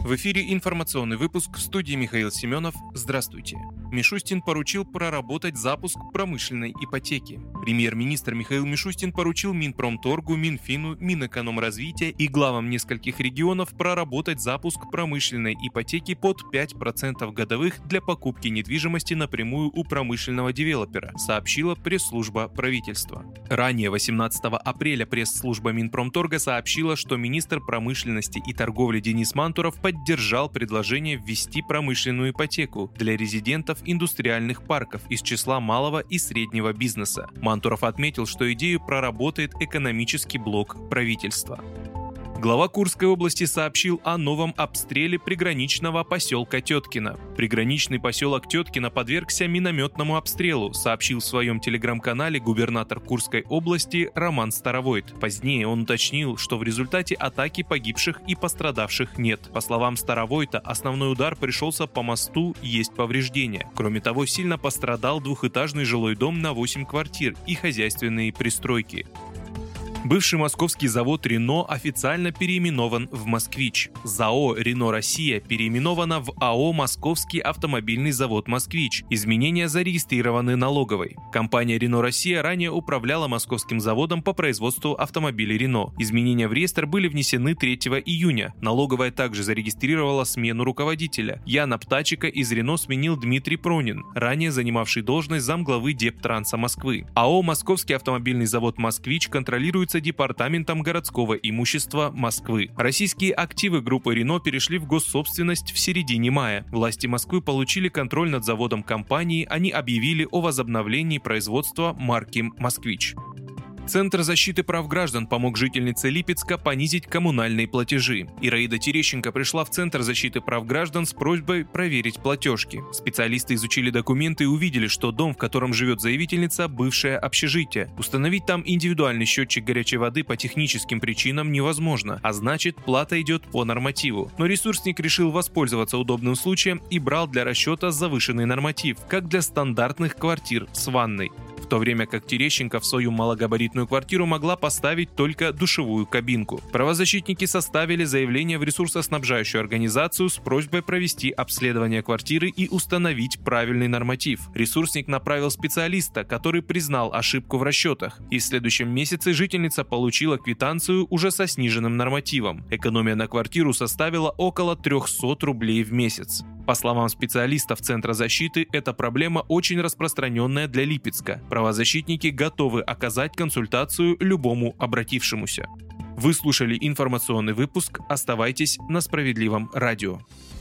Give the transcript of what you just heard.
В эфире информационный выпуск, в студии Михаил Семенов. Здравствуйте. Мишустин поручил проработать запуск промышленной ипотеки. Премьер-министр Михаил Мишустин поручил Минпромторгу, Минфину, Минэкономразвития и главам нескольких регионов проработать запуск промышленной ипотеки под 5% годовых для покупки недвижимости напрямую у промышленного девелопера, сообщила пресс-служба правительства. Ранее, 18 апреля, пресс-служба Минпромторга сообщила, что министр промышленности и торговли Денис Мантуров поддержал предложение ввести промышленную ипотеку для резидентов индустриальных парков из числа малого и среднего бизнеса. Мантуров отметил, что идею проработает экономический блок правительства. Глава Курской области сообщил о новом обстреле приграничного поселка Теткино. Приграничный поселок Теткино подвергся минометному обстрелу, сообщил в своем телеграм-канале губернатор Курской области Роман Старовойт. Позднее он уточнил, что в результате атаки погибших и пострадавших нет. По словам Старовойта, основной удар пришелся по мосту, есть повреждения. Кроме того, сильно пострадал двухэтажный жилой дом на 8 квартир и хозяйственные пристройки. Бывший московский завод «Рено» официально переименован в «Москвич». ЗАО «Рено Россия» переименовано в АО «Московский автомобильный завод «Москвич». Изменения зарегистрированы налоговой. Компания «Рено Россия» ранее управляла московским заводом по производству автомобилей «Рено». Изменения в реестр были внесены 3 июня. Налоговая также зарегистрировала смену руководителя. Яна Птачика из «Рено» сменил Дмитрий Пронин, ранее занимавший должность замглавы Дептранса Москвы. АО «Московский автомобильный завод «Москвич» контролируется Департаментом городского имущества Москвы. Российские активы группы «Рено» перешли в госсобственность в середине мая. Власти Москвы получили контроль над заводом компании, они объявили о возобновлении производства марки «Москвич». Центр защиты прав граждан помог жительнице Липецка понизить коммунальные платежи. Ираида Терещенко пришла в Центр защиты прав граждан с просьбой проверить платежки. Специалисты изучили документы и увидели, что дом, в котором живет заявительница, бывшее общежитие. Установить там индивидуальный счетчик горячей воды по техническим причинам невозможно, а значит, плата идет по нормативу. Но ресурсник решил воспользоваться удобным случаем и брал для расчета завышенный норматив, как для стандартных квартир с ванной. В то время как Терещенко в свою малогабаритную квартиру могла поставить только душевую кабинку. Правозащитники составили заявление в ресурсоснабжающую организацию с просьбой провести обследование квартиры и установить правильный норматив. Ресурсник направил специалиста, который признал ошибку в расчетах. И в следующем месяце жительница получила квитанцию уже со сниженным нормативом. Экономия на квартиру составила около 300 рублей в месяц. По словам специалистов Центра защиты, эта проблема очень распространенная для Липецка. Правозащитники готовы оказать консультацию любому обратившемуся. Вы слушали информационный выпуск. Оставайтесь на Справедливом радио.